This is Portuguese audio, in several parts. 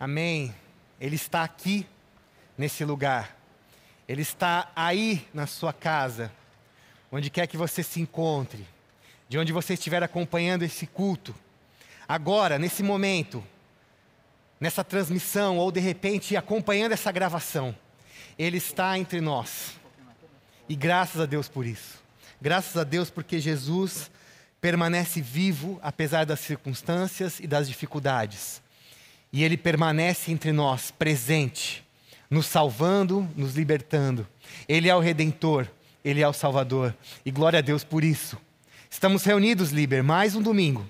Amém. Ele está aqui, nesse lugar. Ele está aí na sua casa, onde quer que você se encontre, de onde você estiver acompanhando esse culto. Agora, nesse momento, nessa transmissão, ou de repente acompanhando essa gravação, Ele está entre nós. E graças a Deus por isso. Graças a Deus porque Jesus permanece vivo, apesar das circunstâncias e das dificuldades. E Ele permanece entre nós, presente, nos salvando, nos libertando. Ele é o Redentor, Ele é o Salvador. E glória a Deus por isso. Estamos reunidos, Liber, mais um domingo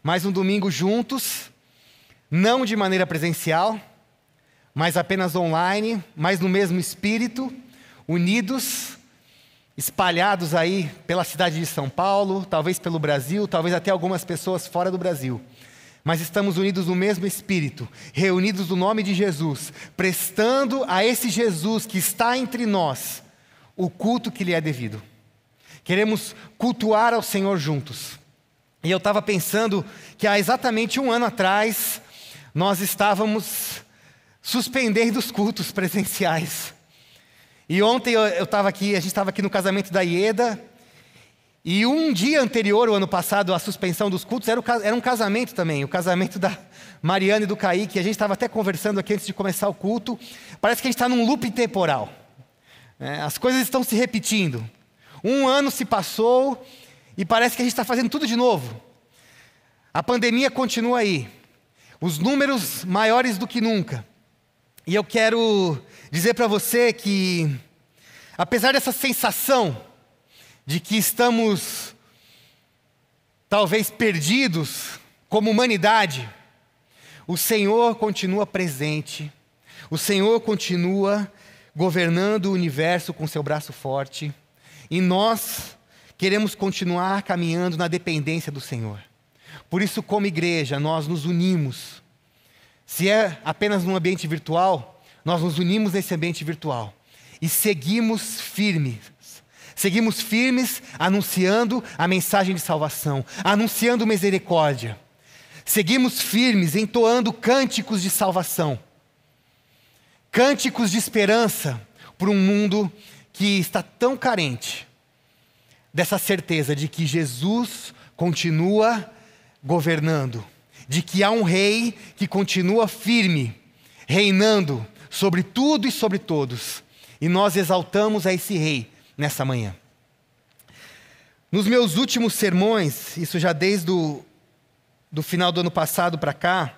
juntos, não de maneira presencial, mas apenas online, mas no mesmo espírito, unidos, espalhados aí pela cidade de São Paulo, talvez pelo Brasil, talvez até algumas pessoas fora do Brasil. Mas estamos unidos no mesmo espírito, reunidos no nome de Jesus, prestando a esse Jesus que está entre nós o culto que lhe é devido. Queremos cultuar ao Senhor juntos. E eu estava pensando que há exatamente um ano atrás, nós estávamos suspendendo os cultos presenciais. E ontem eu estava aqui, a gente estava aqui no casamento da Ieda, e um dia anterior, o ano passado, à suspensão dos cultos, era um casamento também, o casamento da Mariana e do Kaique. A gente estava até conversando aqui antes de começar o culto. Parece que a gente está num loop temporal. As coisas estão se repetindo. Um ano se passou e parece que a gente está fazendo tudo de novo. A pandemia continua aí. Os números maiores do que nunca. E eu quero dizer para você que, apesar dessa sensação de que estamos talvez perdidos como humanidade, o Senhor continua presente, o Senhor continua governando o universo com seu braço forte, e nós queremos continuar caminhando na dependência do Senhor. Por isso, como igreja, nós nos unimos. Se é apenas num ambiente virtual, nós nos unimos nesse ambiente virtual e seguimos firmes anunciando a mensagem de salvação, anunciando misericórdia. Seguimos firmes entoando cânticos de salvação, cânticos de esperança para um mundo que está tão carente dessa certeza de que Jesus continua governando, de que há um rei que continua firme, reinando sobre tudo e sobre todos. E nós exaltamos a esse rei nessa manhã. Nos meus últimos sermões, isso já desde do final do ano passado para cá,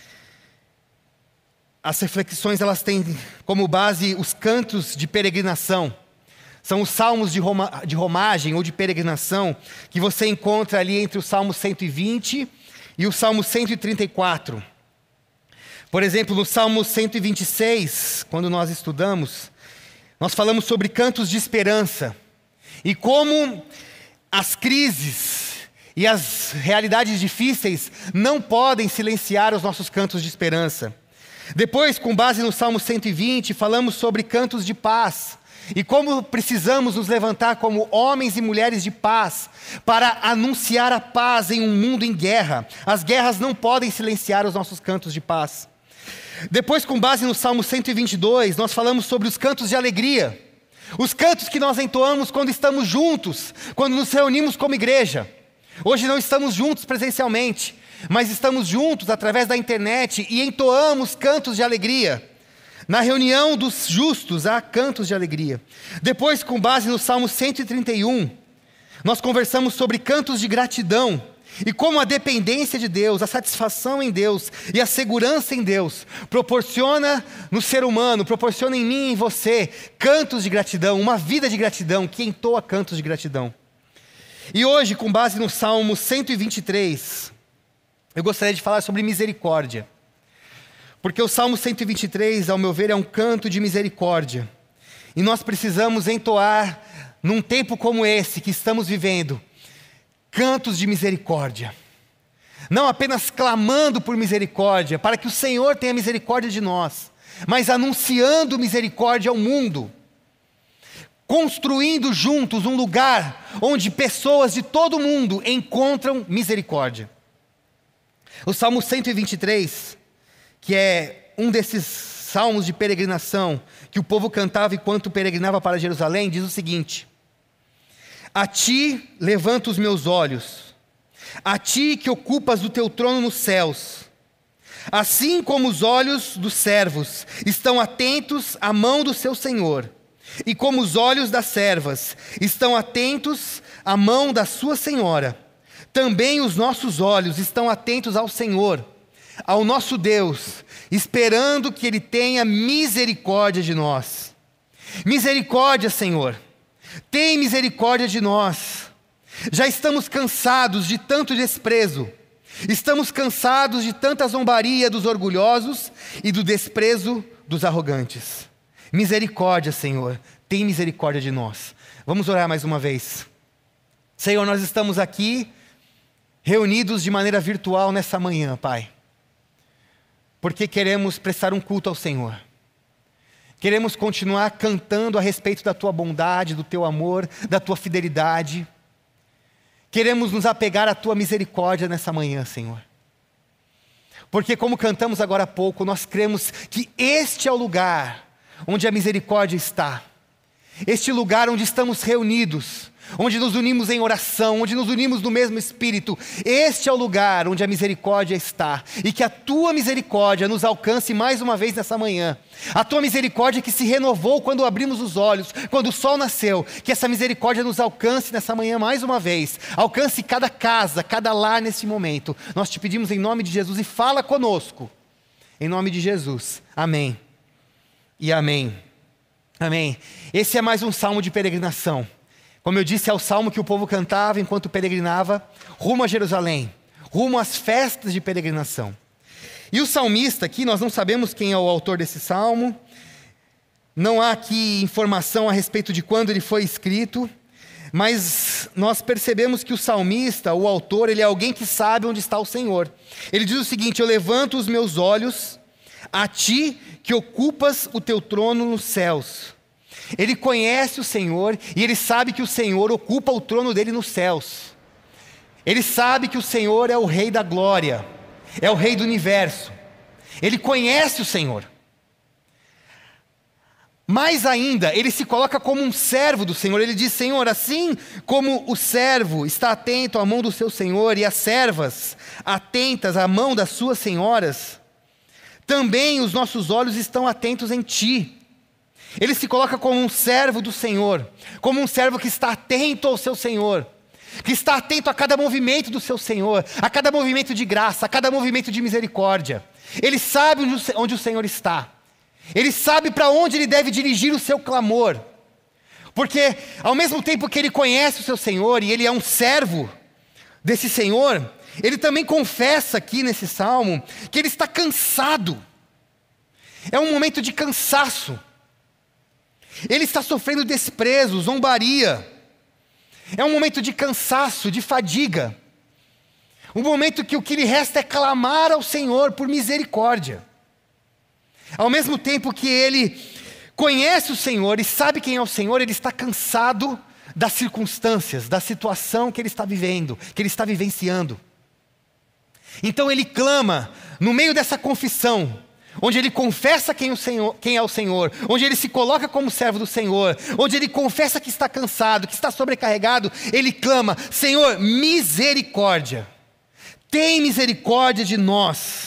as reflexões elas têm como base os cantos de peregrinação. São os salmos de romagem ou de peregrinação que você encontra ali entre o Salmo 120 e o Salmo 134. Por exemplo, no Salmo 126, quando nós estudamos, nós falamos sobre cantos de esperança e como as crises e as realidades difíceis não podem silenciar os nossos cantos de esperança. Depois, com base no Salmo 120, falamos sobre cantos de paz e como precisamos nos levantar como homens e mulheres de paz para anunciar a paz em um mundo em guerra. As guerras não podem silenciar os nossos cantos de paz. Depois, com base no Salmo 122, nós falamos sobre os cantos de alegria. Os cantos que nós entoamos quando estamos juntos, quando nos reunimos como igreja. Hoje não estamos juntos presencialmente, mas estamos juntos através da internet e entoamos cantos de alegria. Na reunião dos justos há cantos de alegria. Depois, com base no Salmo 131, nós conversamos sobre cantos de gratidão. E como a dependência de Deus, a satisfação em Deus e a segurança em Deus proporciona no ser humano, proporciona em mim e em você cantos de gratidão, uma vida de gratidão que entoa cantos de gratidão. E hoje, com base no Salmo 123, eu gostaria de falar sobre misericórdia. Porque o Salmo 123, ao meu ver, é um canto de misericórdia. E nós precisamos entoar, num tempo como esse que estamos vivendo, cantos de misericórdia, não apenas clamando por misericórdia, para que o Senhor tenha misericórdia de nós, mas anunciando misericórdia ao mundo, construindo juntos um lugar onde pessoas de todo o mundo encontram misericórdia. O Salmo 123, que é um desses salmos de peregrinação que o povo cantava enquanto peregrinava para Jerusalém, diz o seguinte: a ti levanto os meus olhos, a ti que ocupas o teu trono nos céus. Assim como os olhos dos servos estão atentos à mão do seu Senhor, e como os olhos das servas estão atentos à mão da sua senhora, também os nossos olhos estão atentos ao Senhor, ao nosso Deus, esperando que Ele tenha misericórdia de nós. Misericórdia, Senhor, tem misericórdia de nós. Já estamos cansados de tanto desprezo. Estamos cansados de tanta zombaria dos orgulhosos e do desprezo dos arrogantes. Misericórdia, Senhor, tem misericórdia de nós. Vamos orar mais uma vez. Senhor, nós estamos aqui reunidos de maneira virtual nessa manhã, Pai, porque queremos prestar um culto ao Senhor. Queremos continuar cantando a respeito da Tua bondade, do Teu amor, da Tua fidelidade. Queremos nos apegar à Tua misericórdia nessa manhã, Senhor. Porque como cantamos agora há pouco, nós cremos que este é o lugar onde a misericórdia está. Este lugar onde estamos reunidos, onde nos unimos em oração, onde nos unimos no mesmo Espírito. Este é o lugar onde a misericórdia está. E que a Tua misericórdia nos alcance mais uma vez nessa manhã. A Tua misericórdia que se renovou quando abrimos os olhos, quando o sol nasceu. Que essa misericórdia nos alcance nessa manhã mais uma vez. Alcance cada casa, cada lar nesse momento. Nós te pedimos em nome de Jesus e fala conosco. Em nome de Jesus. Amém. E amém. Amém. Esse é mais um salmo de peregrinação. Como eu disse, é o salmo que o povo cantava enquanto peregrinava rumo a Jerusalém, rumo às festas de peregrinação. E o salmista aqui, nós não sabemos quem é o autor desse salmo, não há aqui informação a respeito de quando ele foi escrito, mas nós percebemos que o salmista, o autor, ele é alguém que sabe onde está o Senhor. Ele diz o seguinte: eu levanto os meus olhos a ti que ocupas o teu trono nos céus. Ele conhece o Senhor e ele sabe que o Senhor ocupa o trono dele nos céus. Ele sabe que o Senhor é o Rei da glória, é o Rei do universo. Ele conhece o Senhor. Mais ainda, ele se coloca como um servo do Senhor. Ele diz: Senhor, assim como o servo está atento à mão do seu Senhor e as servas atentas à mão das suas senhoras, também os nossos olhos estão atentos em Ti. Ele se coloca como um servo do Senhor, como um servo que está atento ao seu Senhor, que está atento a cada movimento do seu Senhor, a cada movimento de graça, a cada movimento de misericórdia. Ele sabe onde o Senhor está. Ele sabe para onde ele deve dirigir o seu clamor. Porque ao mesmo tempo que ele conhece o seu Senhor e ele é um servo desse Senhor, ele também confessa aqui nesse salmo que ele está cansado. É um momento de cansaço. Ele está sofrendo desprezo, zombaria. É um momento de cansaço, de fadiga. Um momento que o que lhe resta é clamar ao Senhor por misericórdia. Ao mesmo tempo que ele conhece o Senhor e sabe quem é o Senhor, ele está cansado das circunstâncias, da situação que ele está vivendo, que ele está vivenciando. Então ele clama, no meio dessa confissão, onde ele confessa quem é o Senhor, onde ele se coloca como servo do Senhor, onde ele confessa que está cansado, que está sobrecarregado, ele clama: Senhor, misericórdia, tem misericórdia de nós.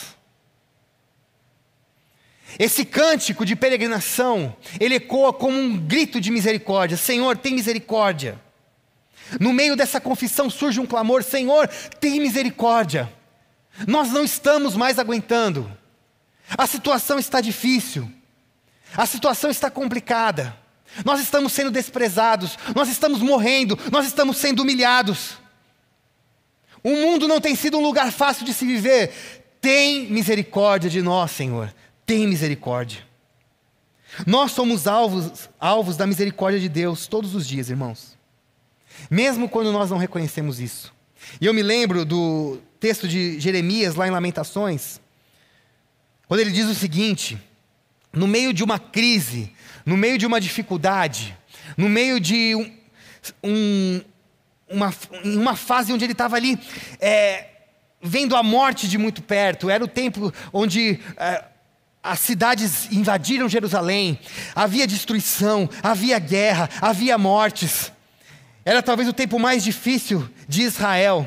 Esse cântico de peregrinação, ele ecoa como um grito de misericórdia: Senhor, tem misericórdia. No meio dessa confissão surge um clamor: Senhor, tem misericórdia. Nós não estamos mais aguentando. A situação está difícil, a situação está complicada, nós estamos sendo desprezados, nós estamos morrendo, nós estamos sendo humilhados. O mundo não tem sido um lugar fácil de se viver. Tem misericórdia de nós, Senhor, tem misericórdia. Nós somos alvos da misericórdia de Deus todos os dias, irmãos, mesmo quando nós não reconhecemos isso. E eu me lembro do texto de Jeremias, lá em Lamentações, quando ele diz o seguinte: no meio de uma crise, no meio de uma dificuldade, no meio de uma fase onde ele estava ali vendo a morte de muito perto, era o tempo onde as cidades invadiram Jerusalém, havia destruição, havia guerra, havia mortes. Era talvez o tempo mais difícil de Israel.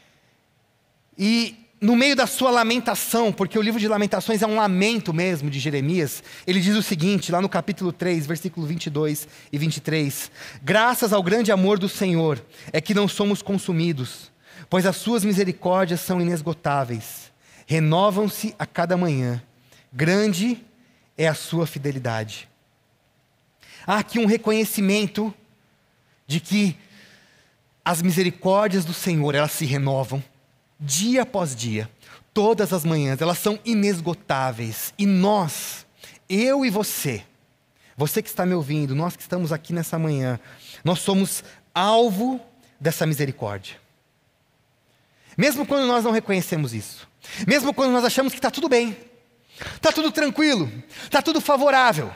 E no meio da sua lamentação, porque o livro de Lamentações é um lamento mesmo de Jeremias, ele diz o seguinte, lá no capítulo 3, versículo 22 e 23. Graças ao grande amor do Senhor é que não somos consumidos, pois as suas misericórdias são inesgotáveis. Renovam-se a cada manhã. Grande é a sua fidelidade. Há aqui um reconhecimento de que as misericórdias do Senhor, elas se renovam dia após dia, todas as manhãs, elas são inesgotáveis. E nós, eu e você que está me ouvindo, nós que estamos aqui nessa manhã, nós somos alvo dessa misericórdia. Mesmo quando nós não reconhecemos isso, mesmo quando nós achamos que está tudo bem, está tudo tranquilo, está tudo favorável,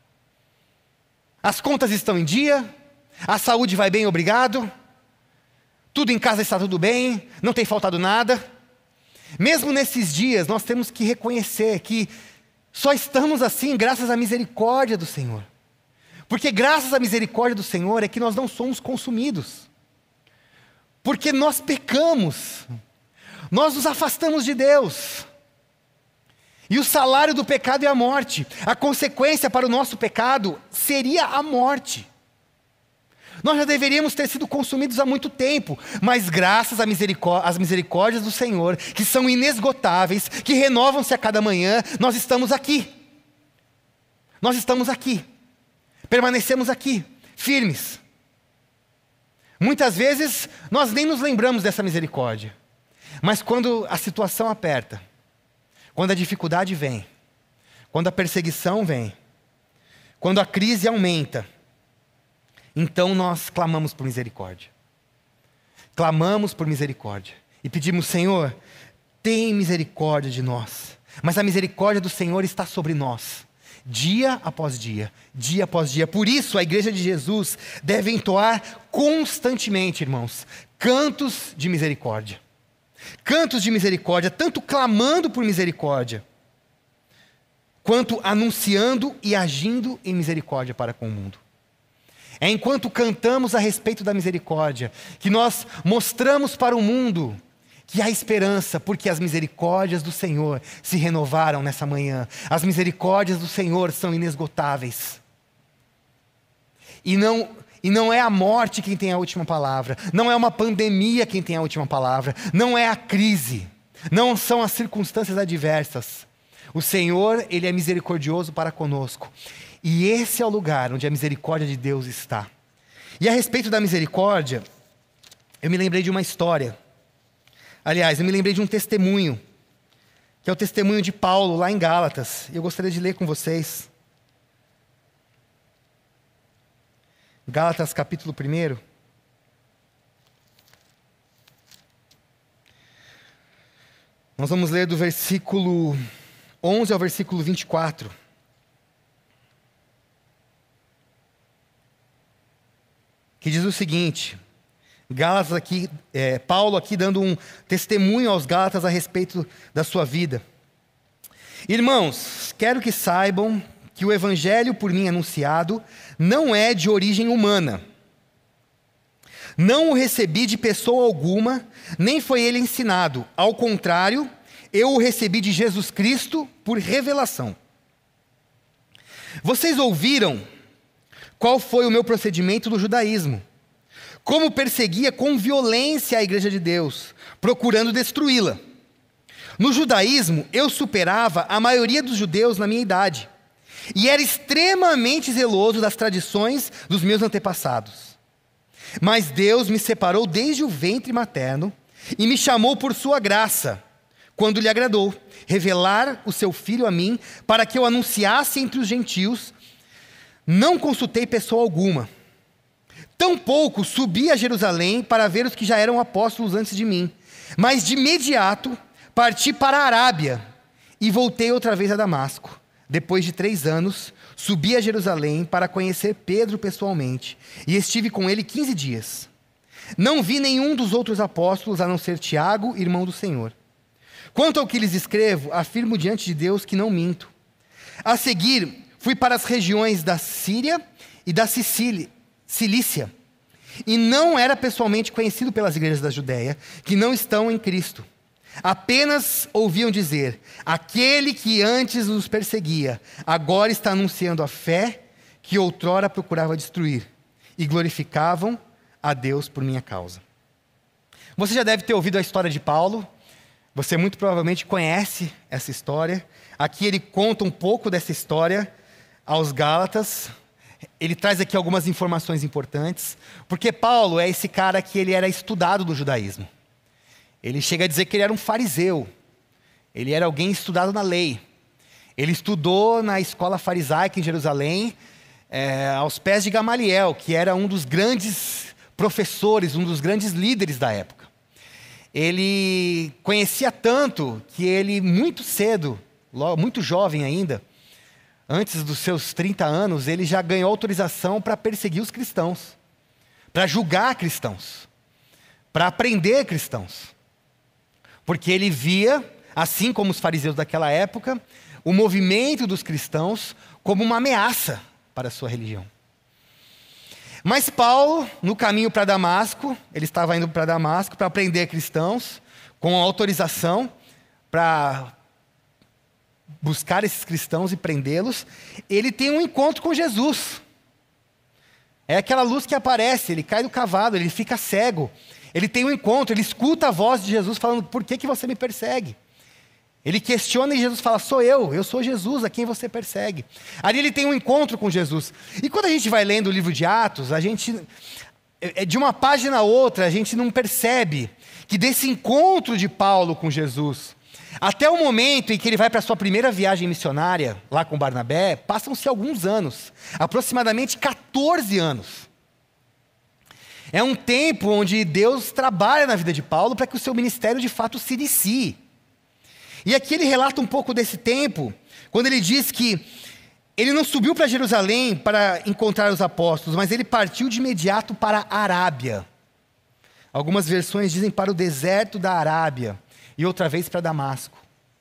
as contas estão em dia, a saúde vai bem, obrigado, tudo em casa está tudo bem, não tem faltado nada. Mesmo nesses dias, nós temos que reconhecer que só estamos assim graças à misericórdia do Senhor. Porque graças à misericórdia do Senhor é que nós não somos consumidos. Porque nós pecamos, nós nos afastamos de Deus. E o salário do pecado é a morte. A consequência para o nosso pecado seria a morte. Nós já deveríamos ter sido consumidos há muito tempo, mas graças às misericórdias do Senhor, que são inesgotáveis, que renovam-se a cada manhã, nós estamos aqui. Nós estamos aqui. Permanecemos aqui, firmes. Muitas vezes nós nem nos lembramos dessa misericórdia, mas quando a situação aperta, quando a dificuldade vem, quando a perseguição vem, quando a crise aumenta, então nós clamamos por misericórdia. Clamamos por misericórdia. E pedimos, Senhor, tem misericórdia de nós. Mas a misericórdia do Senhor está sobre nós. Dia após dia, dia após dia. Por isso a igreja de Jesus deve entoar constantemente, irmãos, cantos de misericórdia. Cantos de misericórdia, tanto clamando por misericórdia, quanto anunciando e agindo em misericórdia para com o mundo. É enquanto cantamos a respeito da misericórdia, que nós mostramos para o mundo que há esperança, porque as misericórdias do Senhor se renovaram nessa manhã. As misericórdias do Senhor são inesgotáveis. E não é a morte quem tem a última palavra, não é uma pandemia quem tem a última palavra, não é a crise, não são as circunstâncias adversas. O Senhor, Ele é misericordioso para conosco. E esse é o lugar onde a misericórdia de Deus está. E a respeito da misericórdia, eu me lembrei de uma história. Aliás, eu me lembrei de um testemunho, que é o testemunho de Paulo, lá em Gálatas. Eu gostaria de ler com vocês. Gálatas, capítulo 1. Nós vamos ler do versículo 11 ao versículo 24. Que diz o seguinte, Gálatas aqui, Paulo aqui dando um testemunho aos Gálatas a respeito da sua vida. Irmãos, quero que saibam que o evangelho por mim anunciado não é de origem humana. Não o recebi de pessoa alguma, nem foi ele ensinado. Ao contrário, eu o recebi de Jesus Cristo por revelação. Vocês ouviram qual foi o meu procedimento no judaísmo? Como perseguia com violência a igreja de Deus, procurando destruí-la. No judaísmo, eu superava a maioria dos judeus na minha idade, e era extremamente zeloso das tradições dos meus antepassados. Mas Deus me separou desde o ventre materno, e me chamou por sua graça, quando lhe agradou, revelar o seu Filho a mim, para que eu anunciasse entre os gentios. Não consultei pessoa alguma. Tampouco subi a Jerusalém para ver os que já eram apóstolos antes de mim. Mas de imediato parti para a Arábia e voltei outra vez a Damasco. Depois de 3 anos, subi a Jerusalém para conhecer Pedro pessoalmente e estive com ele 15 dias. Não vi nenhum dos outros apóstolos a não ser Tiago, irmão do Senhor. Quanto ao que lhes escrevo, afirmo diante de Deus que não minto. A seguir, fui para as regiões da Síria e da Cilícia. E não era pessoalmente conhecido pelas igrejas da Judéia, que não estão em Cristo. Apenas ouviam dizer: aquele que antes os perseguia, agora está anunciando a fé que outrora procurava destruir. E glorificavam a Deus por minha causa. Você já deve ter ouvido a história de Paulo. Você muito provavelmente conhece essa história. Aqui ele conta um pouco dessa história aos Gálatas. Ele traz aqui algumas informações importantes, porque Paulo é esse cara que ele era estudado do judaísmo. Ele chega a dizer que ele era um fariseu. Ele era alguém estudado na lei. Ele estudou na escola farisaica em Jerusalém, aos pés de Gamaliel, que era um dos grandes professores, um dos grandes líderes da época. Ele conhecia tanto que ele muito cedo, muito jovem ainda, antes dos seus 30 anos, ele já ganhou autorização para perseguir os cristãos, para julgar cristãos, para prender cristãos. Porque ele via, assim como os fariseus daquela época, o movimento dos cristãos como uma ameaça para a sua religião. Mas Paulo, no caminho para Damasco, ele estava indo para Damasco para prender cristãos, com autorização para buscar esses cristãos e prendê-los. Ele tem um encontro com Jesus. É aquela luz que aparece, ele cai do cavalo, ele fica cego. Ele tem um encontro, ele escuta a voz de Jesus falando: por que você me persegue? Ele questiona e Jesus fala: eu sou Jesus, a quem você persegue. Ali ele tem um encontro com Jesus. E quando a gente vai lendo o livro de Atos, a gente, de uma página a outra, a gente não percebe que desse encontro de Paulo com Jesus, até o momento em que ele vai para a sua primeira viagem missionária, lá com Barnabé, passam-se alguns anos, aproximadamente 14 anos. É um tempo onde Deus trabalha na vida de Paulo para que o seu ministério de fato se inicie. E aqui ele relata um pouco desse tempo, quando ele diz que ele não subiu para Jerusalém para encontrar os apóstolos, mas ele partiu de imediato para a Arábia. Algumas versões dizem para o deserto da Arábia, e outra vez para Damasco.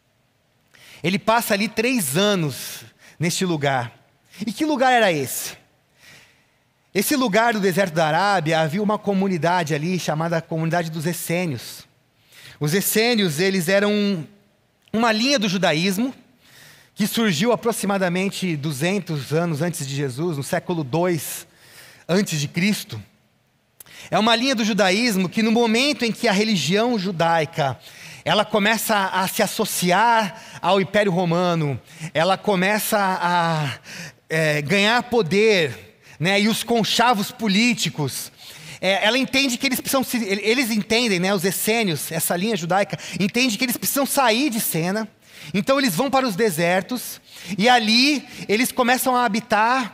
Ele passa ali 3 anos neste lugar. E que lugar era esse? Esse lugar do deserto da Arábia, havia uma comunidade ali chamada comunidade dos essênios. Os essênios, eles eram uma linha do judaísmo que surgiu aproximadamente 200 anos antes de Jesus, no século II antes de Cristo. É uma linha do judaísmo que, no momento em que a religião judaica ela começa a se associar ao Império Romano, ela começa a ganhar poder, né, e os conchavos políticos, ela entende que eles precisam, eles entendem, né, os essênios, essa linha judaica, entende que eles precisam sair de cena. Então eles vão para os desertos, e ali eles começam a habitar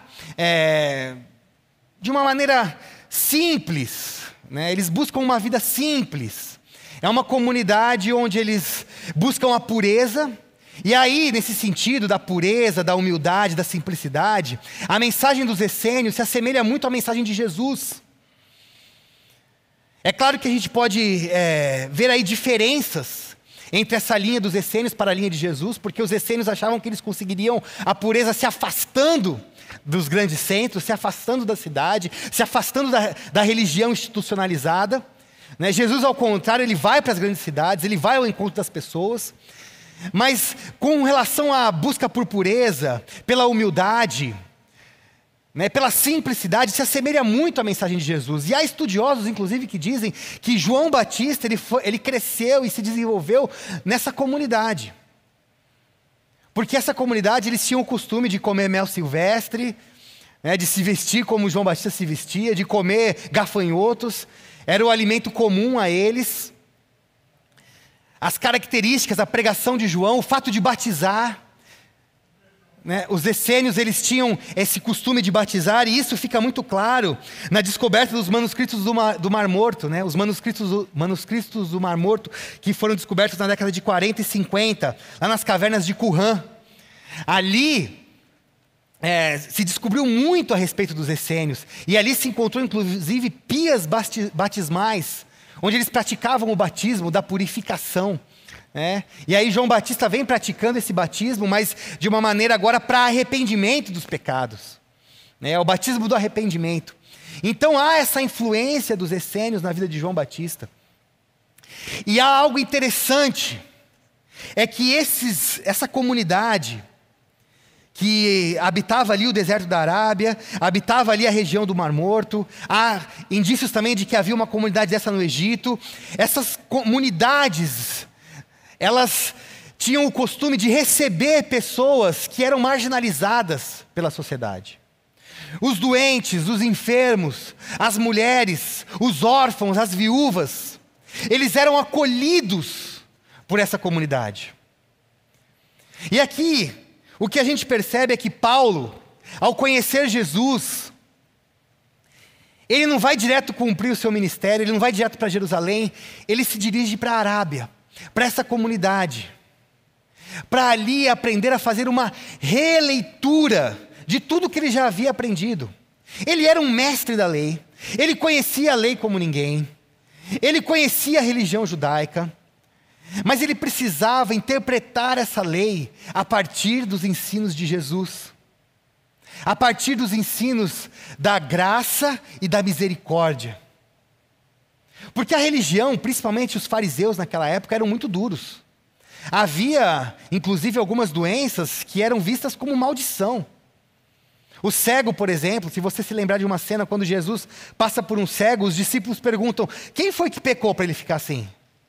de uma maneira simples, né? Eles buscam uma vida simples. É uma comunidade onde eles buscam a pureza. E aí, nesse sentido da pureza, da humildade, da simplicidade, a mensagem dos essênios se assemelha muito à mensagem de Jesus. É claro que a gente pode ver aí diferenças entre essa linha dos essênios para a linha de Jesus, porque os essênios achavam que eles conseguiriam a pureza se afastando dos grandes centros, se afastando da cidade, se afastando da religião institucionalizada. Né? Jesus, ao contrário, ele vai para as grandes cidades, ele vai ao encontro das pessoas. Mas com relação à busca por pureza, pela humildade, né, pela simplicidade, se assemelha muito à mensagem de Jesus. E há estudiosos, inclusive, que dizem que João Batista ele cresceu e se desenvolveu nessa comunidade. Porque essa comunidade, eles tinham o costume de comer mel silvestre, né, de se vestir como João Batista se vestia, de comer gafanhotos. Era o alimento comum a eles. As características, a pregação de João, o fato de batizar, né? Os essênios, eles tinham esse costume de batizar, e isso fica muito claro na descoberta dos manuscritos do Mar Morto, né? Os manuscritos do Mar Morto, que foram descobertos na década de 40 e 50, lá nas cavernas de Qumran. Ali se descobriu muito a respeito dos essênios, e ali se encontrou inclusive pias batismais, onde eles praticavam o batismo da purificação, E aí João Batista vem praticando esse batismo, mas de uma maneira agora para arrependimento dos pecados. É o batismo do arrependimento. Então há essa influência dos essênios na vida de João Batista. E há algo interessante, é que essa comunidade que habitava ali o deserto da Arábia, habitava ali a região do Mar Morto, há indícios também de que havia uma comunidade dessa no Egito. Essas comunidades, elas tinham o costume de receber pessoas que eram marginalizadas pela sociedade. Os doentes, os enfermos, as mulheres, os órfãos, as viúvas, eles eram acolhidos por essa comunidade. E aqui, o que a gente percebe é que Paulo, ao conhecer Jesus, ele não vai direto cumprir o seu ministério, ele não vai direto para Jerusalém, ele se dirige para a Arábia, para essa comunidade, para ali aprender a fazer uma releitura de tudo que ele já havia aprendido. Ele era um mestre da lei, ele conhecia a lei como ninguém, ele conhecia a religião judaica, mas ele precisava interpretar essa lei a partir dos ensinos de Jesus, a partir dos ensinos da graça e da misericórdia. Porque a religião, principalmente os fariseus naquela época, eram muito duros. Havia, inclusive, algumas doenças que eram vistas como maldição. O cego, por exemplo, se você se lembrar de uma cena quando Jesus passa por um cego, os discípulos perguntam: quem foi que pecou para ele ficar assim?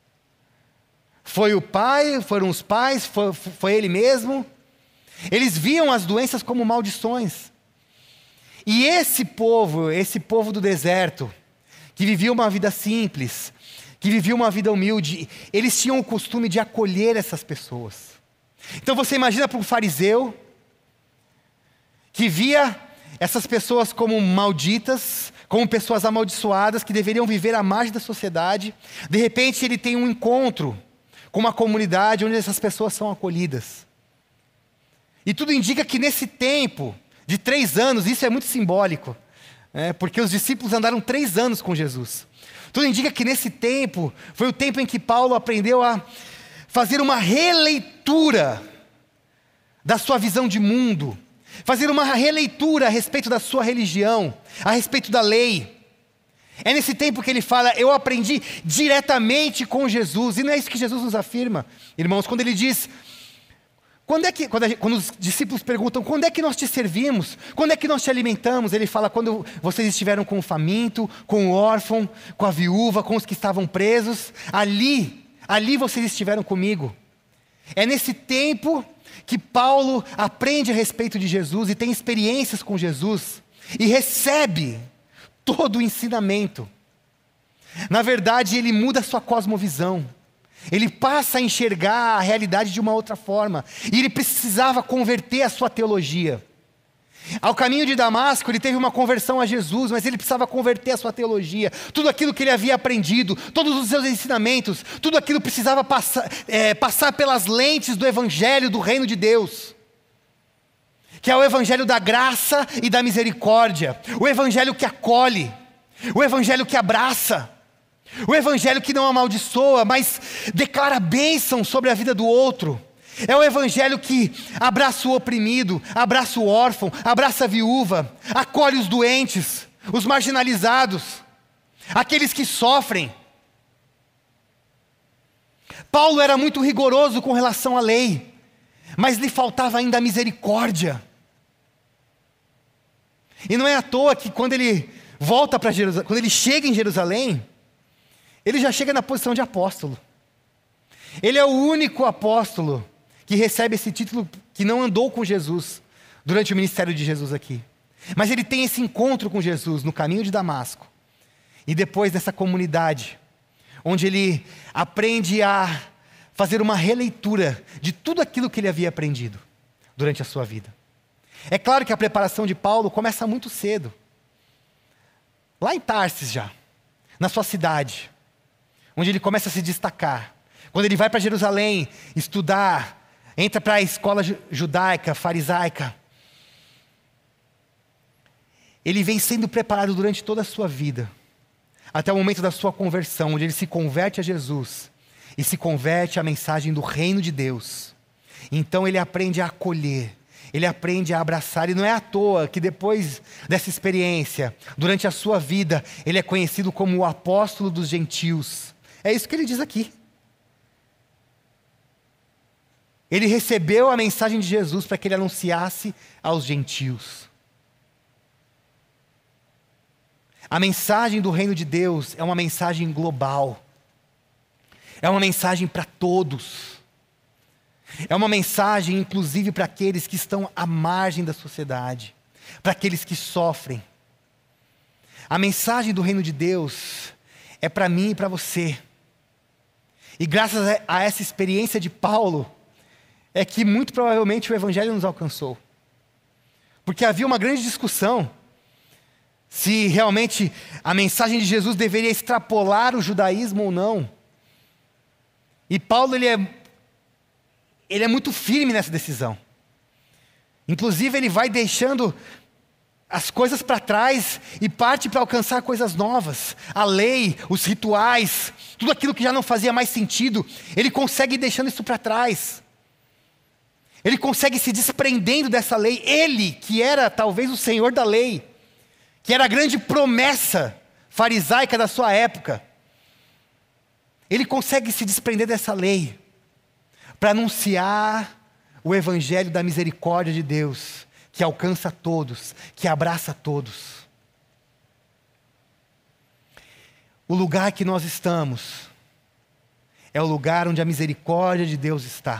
Foi o pai? Foram os pais? Foi ele mesmo? Eles viam as doenças como maldições. E esse povo do deserto, que vivia uma vida simples, que vivia uma vida humilde, eles tinham o costume de acolher essas pessoas. Então você imagina para um fariseu, que via essas pessoas como malditas, como pessoas amaldiçoadas, que deveriam viver à margem da sociedade. De repente ele tem um encontro com uma comunidade onde essas pessoas são acolhidas. E tudo indica que nesse tempo de 3 anos, isso é muito simbólico, porque os discípulos andaram 3 anos com Jesus. Tudo indica que nesse tempo, foi o tempo em que Paulo aprendeu a fazer uma releitura da sua visão de mundo, fazer uma releitura a respeito da sua religião, a respeito da lei. É nesse tempo que ele fala: eu aprendi diretamente com Jesus. E não é isso que Jesus nos afirma, irmãos, quando ele diz: quando os discípulos perguntam: quando é que nós te servimos? Quando é que nós te alimentamos? Ele fala: quando vocês estiveram com o faminto, com o órfão, com a viúva, com os que estavam presos, ali vocês estiveram comigo. É nesse tempo que Paulo aprende a respeito de Jesus e tem experiências com Jesus e recebe todo o ensinamento. Na verdade, ele muda a sua cosmovisão. Ele passa a enxergar a realidade de uma outra forma. E ele precisava converter a sua teologia. Ao caminho de Damasco, ele teve uma conversão a Jesus, mas ele precisava converter a sua teologia. Tudo aquilo que ele havia aprendido, todos os seus ensinamentos, tudo aquilo precisava passar pelas lentes do evangelho do reino de Deus, que é o evangelho da graça e da misericórdia, o evangelho que acolhe, o evangelho que abraça, o evangelho que não amaldiçoa, mas declara bênção sobre a vida do outro. É o evangelho que abraça o oprimido, abraça o órfão, abraça a viúva, acolhe os doentes, os marginalizados, aqueles que sofrem. Paulo era muito rigoroso com relação à lei, mas lhe faltava ainda a misericórdia. E não é à toa que quando ele volta para Jerusalém, quando ele chega em Jerusalém, ele já chega na posição de apóstolo. Ele é o único apóstolo que recebe esse título, que não andou com Jesus durante o ministério de Jesus aqui. Mas ele tem esse encontro com Jesus no caminho de Damasco. E depois dessa comunidade, onde ele aprende a fazer uma releitura de tudo aquilo que ele havia aprendido durante a sua vida. É claro que a preparação de Paulo começa muito cedo. Lá em Tarsis já, na sua cidade, onde ele começa a se destacar. Quando ele vai para Jerusalém estudar, entra para a escola judaica, farisaica. Ele vem sendo preparado durante toda a sua vida, até o momento da sua conversão, onde ele se converte a Jesus. e se converte à mensagem do reino de Deus. Então ele aprende a acolher, ele aprende a abraçar, e não é à toa que depois dessa experiência, durante a sua vida, ele é conhecido como o apóstolo dos gentios. É isso que ele diz aqui. Ele recebeu a mensagem de Jesus para que ele anunciasse aos gentios. A mensagem do reino de Deus é uma mensagem global. É uma mensagem para todos. É uma mensagem, inclusive, para aqueles que estão à margem da sociedade, para aqueles que sofrem. A mensagem do reino de Deus é para mim e para você. E graças a essa experiência de Paulo, é que muito provavelmente o Evangelho nos alcançou. Porque havia uma grande discussão se realmente a mensagem de Jesus deveria extrapolar o judaísmo ou não. E Paulo, ele é muito firme nessa decisão. Inclusive, ele vai deixando as coisas para trás e parte para alcançar coisas novas. A lei, os rituais, tudo aquilo que já não fazia mais sentido, ele consegue ir deixando isso para trás. Ele consegue se desprendendo dessa lei. Ele, que era talvez o senhor da lei, que era a grande promessa farisaica da sua época, ele consegue se desprender dessa lei para anunciar o evangelho da misericórdia de Deus, que alcança todos, que abraça todos. O lugar que nós estamos é o lugar onde a misericórdia de Deus está.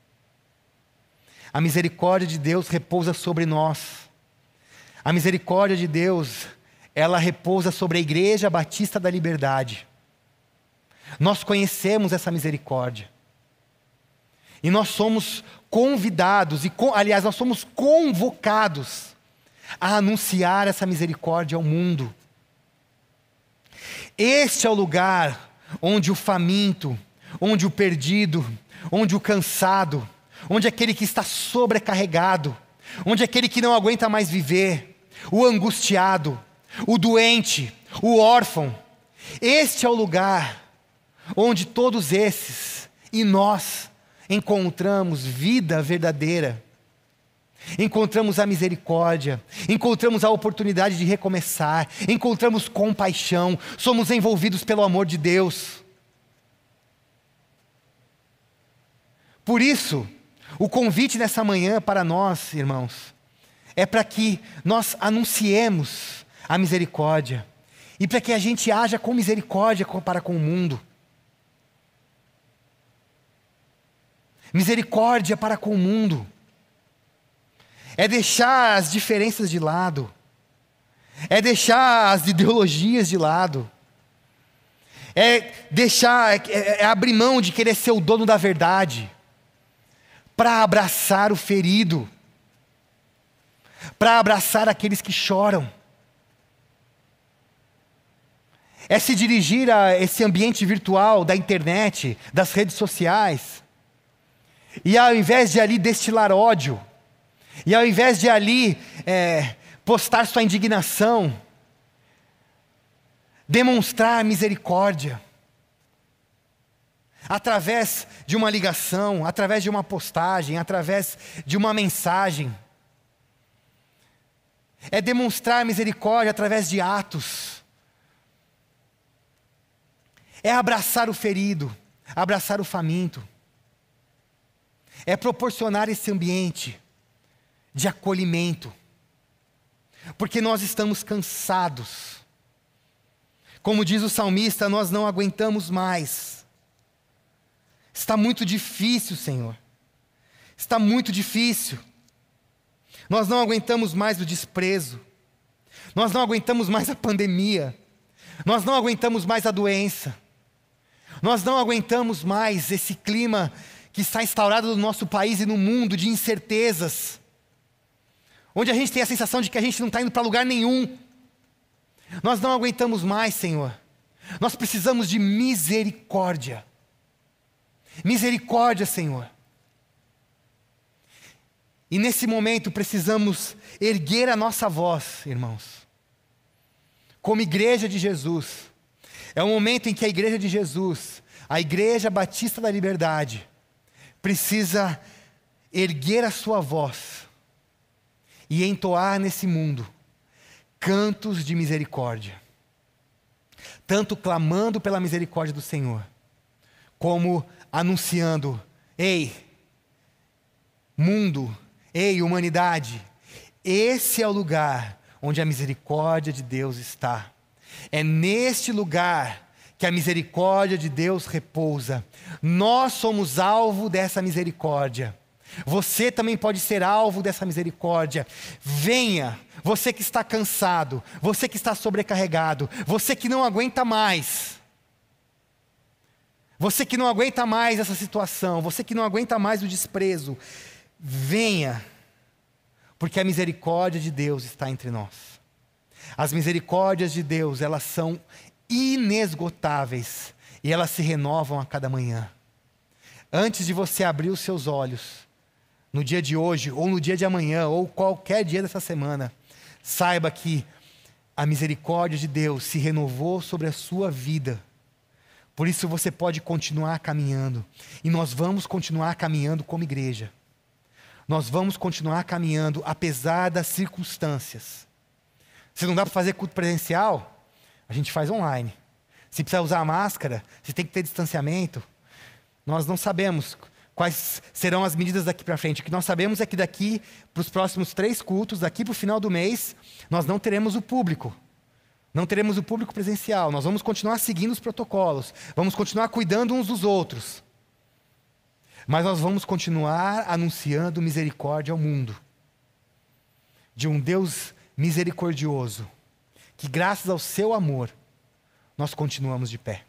A misericórdia de Deus repousa sobre nós. A misericórdia de Deus, ela repousa sobre a Igreja Batista da Liberdade. Nós conhecemos essa misericórdia. E nós somos convidados, aliás, nós somos convocados a anunciar essa misericórdia ao mundo. Este é o lugar onde o faminto, onde o perdido, onde o cansado, onde aquele que está sobrecarregado, onde aquele que não aguenta mais viver, o angustiado, o doente, o órfão, este é o lugar onde todos esses e nós encontramos vida verdadeira, encontramos a misericórdia, encontramos a oportunidade de recomeçar, encontramos compaixão, somos envolvidos pelo amor de Deus. Por isso, o convite nessa manhã para nós, irmãos, é para que nós anunciemos a misericórdia e para que a gente haja com misericórdia para com o mundo. Misericórdia para com o mundo é deixar as diferenças de lado, é deixar as ideologias de lado, é abrir mão de querer ser o dono da verdade, para abraçar o ferido, para abraçar aqueles que choram. É se dirigir a esse ambiente virtual da internet, das redes sociais, e ao invés de ali destilar ódio, e ao invés de ali postar sua indignação, demonstrar misericórdia, através de uma ligação, através de uma postagem, através de uma mensagem. É demonstrar misericórdia através de atos. É abraçar o ferido, abraçar o faminto. É proporcionar esse ambiente de acolhimento. Porque nós estamos cansados. Como diz o salmista, nós não aguentamos mais. Está muito difícil, Senhor. Está muito difícil. Nós não aguentamos mais o desprezo. Nós não aguentamos mais a pandemia. Nós não aguentamos mais a doença. Nós não aguentamos mais esse clima que está instaurado no nosso país e no mundo de incertezas. Onde a gente tem a sensação de que a gente não está indo para lugar nenhum. Nós não aguentamos mais, Senhor. Nós precisamos de misericórdia. Misericórdia, Senhor. E nesse momento precisamos erguer a nossa voz, irmãos. Como igreja de Jesus. É um momento em que a igreja de Jesus A Igreja Batista da Liberdade precisa erguer a sua voz e entoar nesse mundo cantos de misericórdia, tanto clamando pela misericórdia do Senhor, como anunciando: ei, mundo, ei, humanidade, esse é o lugar onde a misericórdia de Deus está. É neste lugar que a misericórdia de Deus repousa. Nós somos alvo dessa misericórdia. Você também pode ser alvo dessa misericórdia. Venha, você que está cansado, você que está sobrecarregado, você que não aguenta mais. Você que não aguenta mais essa situação, você que não aguenta mais o desprezo, venha, porque a misericórdia de Deus está entre nós. As misericórdias de Deus, elas são inesgotáveis e elas se renovam a cada manhã. Antes de você abrir os seus olhos, no dia de hoje, ou no dia de amanhã, ou qualquer dia dessa semana, saiba que a misericórdia de Deus se renovou sobre a sua vida. Por isso você pode continuar caminhando. E nós vamos continuar caminhando como igreja. Nós vamos continuar caminhando apesar das circunstâncias. Se não dá para fazer culto presencial, a gente faz online. Se precisa usar máscara, se tem que ter distanciamento, nós não sabemos quais serão as medidas daqui para frente. O que nós sabemos é que daqui para os próximos 3 cultos, daqui para o final do mês, nós não teremos o público. Não teremos o público presencial. Nós vamos continuar seguindo os protocolos. Vamos continuar cuidando uns dos outros. Mas nós vamos continuar anunciando misericórdia ao mundo. De um Deus misericordioso, que graças ao seu amor, nós continuamos de pé.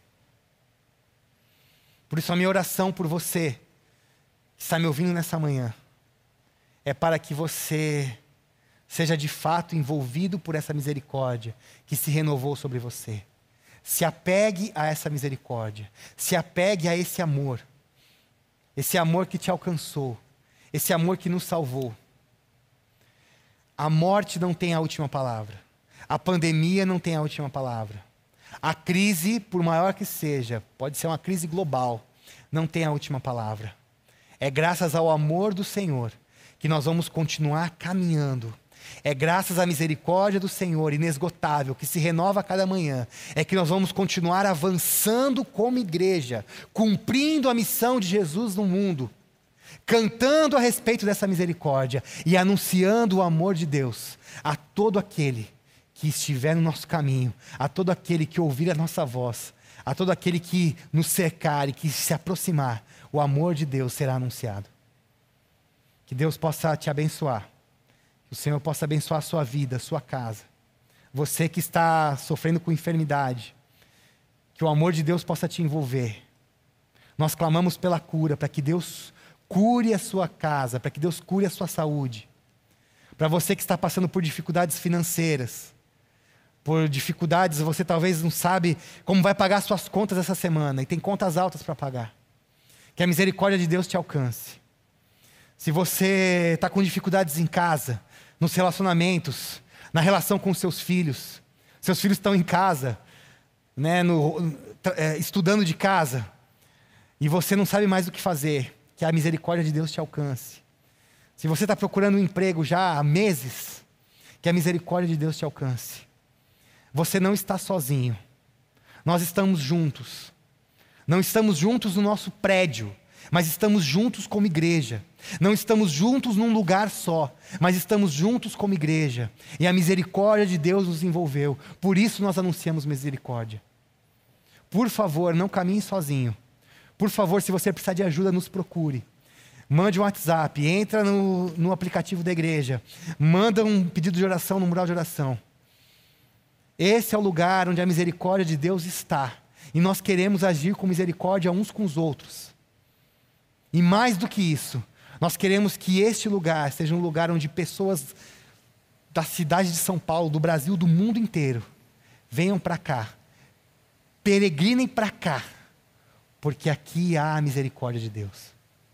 Por isso a minha oração por você, que está me ouvindo nessa manhã, é para que você seja de fato envolvido por essa misericórdia que se renovou sobre você. Se apegue a essa misericórdia, se apegue a esse amor que te alcançou, esse amor que nos salvou. A morte não tem a última palavra. A pandemia não tem a última palavra. A crise, por maior que seja, pode ser uma crise global, não tem a última palavra. É graças ao amor do Senhor que nós vamos continuar caminhando. É graças à misericórdia do Senhor, inesgotável, que se renova a cada manhã, é que nós vamos continuar avançando como igreja, cumprindo a missão de Jesus no mundo, cantando a respeito dessa misericórdia e anunciando o amor de Deus a todo aquele que estiver no nosso caminho, a todo aquele que ouvir a nossa voz, a todo aquele que nos cercar e que se aproximar, o amor de Deus será anunciado. Que Deus possa te abençoar, que o Senhor possa abençoar a sua vida, a sua casa. Você que está sofrendo com enfermidade, que o amor de Deus possa te envolver. Nós clamamos pela cura, para que Deus cure a sua casa, para que Deus cure a sua saúde. Para você que está passando por dificuldades financeiras, por dificuldades, você talvez não sabe como vai pagar suas contas essa semana e tem contas altas para pagar. Que a misericórdia de Deus te alcance. Se você está com dificuldades em casa, nos relacionamentos, na relação com seus filhos estão em casa, né, estudando de casa, e você não sabe mais o que fazer, que a misericórdia de Deus te alcance. Se você está procurando um emprego já há meses, que a misericórdia de Deus te alcance. Você não está sozinho. Nós estamos juntos. Não estamos juntos no nosso prédio, mas estamos juntos como igreja. Não estamos juntos num lugar só, mas estamos juntos como igreja. E a misericórdia de Deus nos envolveu. Por isso nós anunciamos misericórdia. Por favor, não caminhe sozinho. Por favor, se você precisar de ajuda, nos procure. Mande um WhatsApp, entra no aplicativo da igreja. Manda um pedido de oração no mural de oração. Esse é o lugar onde a misericórdia de Deus está. E nós queremos agir com misericórdia uns com os outros. E mais do que isso, nós queremos que este lugar seja um lugar onde pessoas da cidade de São Paulo, do Brasil, do mundo inteiro, venham para cá, peregrinem para cá, porque aqui há a misericórdia de Deus.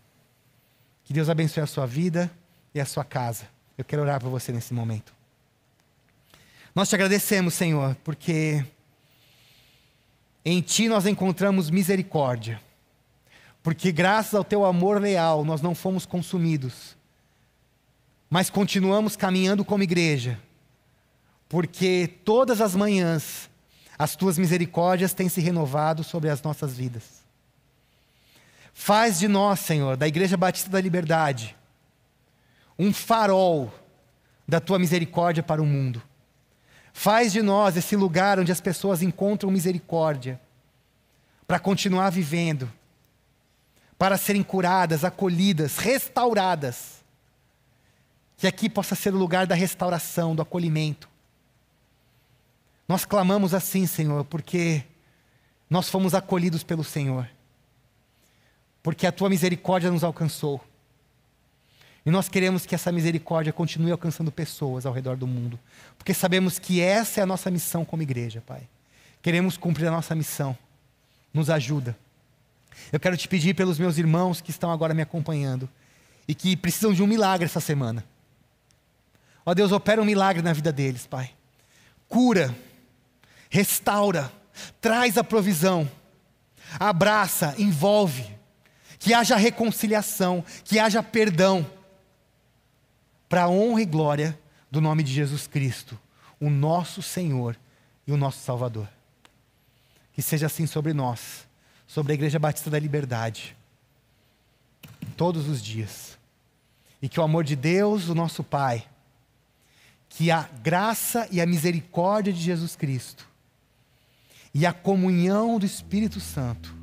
Que Deus abençoe a sua vida e a sua casa. Eu quero orar por você nesse momento. Nós te agradecemos, Senhor, porque Em Ti nós encontramos misericórdia, porque graças ao Teu amor leal nós não fomos consumidos, mas continuamos caminhando como igreja, porque todas as manhãs as Tuas misericórdias têm se renovado sobre as nossas vidas. Faz de nós, Senhor, da Igreja Batista da Liberdade, um farol da Tua misericórdia para o mundo. Faz de nós esse lugar onde as pessoas encontram misericórdia, para continuar vivendo, para serem curadas, acolhidas, restauradas. Que aqui possa ser o lugar da restauração, do acolhimento. Nós clamamos assim, Senhor, porque nós fomos acolhidos pelo Senhor. Porque a Tua misericórdia nos alcançou. E nós queremos que essa misericórdia continue alcançando pessoas ao redor do mundo. Porque sabemos que essa é a nossa missão como igreja, Pai. Queremos cumprir a nossa missão. Nos ajuda. Eu quero Te pedir pelos meus irmãos que estão agora me acompanhando e que precisam de um milagre essa semana. Ó Deus, opera um milagre na vida deles, Pai. Cura, restaura, traz a provisão, abraça, envolve, que haja reconciliação, que haja perdão, para a honra e glória do nome de Jesus Cristo, o nosso Senhor e o nosso Salvador. Que seja assim sobre nós, sobre a Igreja Batista da Liberdade, todos os dias. E que o amor de Deus, o nosso Pai, que a graça e a misericórdia de Jesus Cristo e a comunhão do Espírito Santo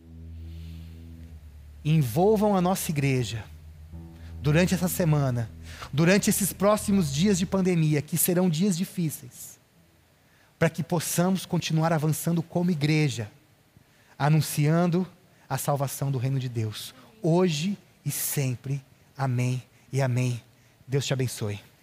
envolvam a nossa igreja durante essa semana, durante esses próximos dias de pandemia, que serão dias difíceis, para que possamos continuar avançando como igreja, anunciando a salvação do reino de Deus, hoje e sempre. Amém e amém. Deus te abençoe.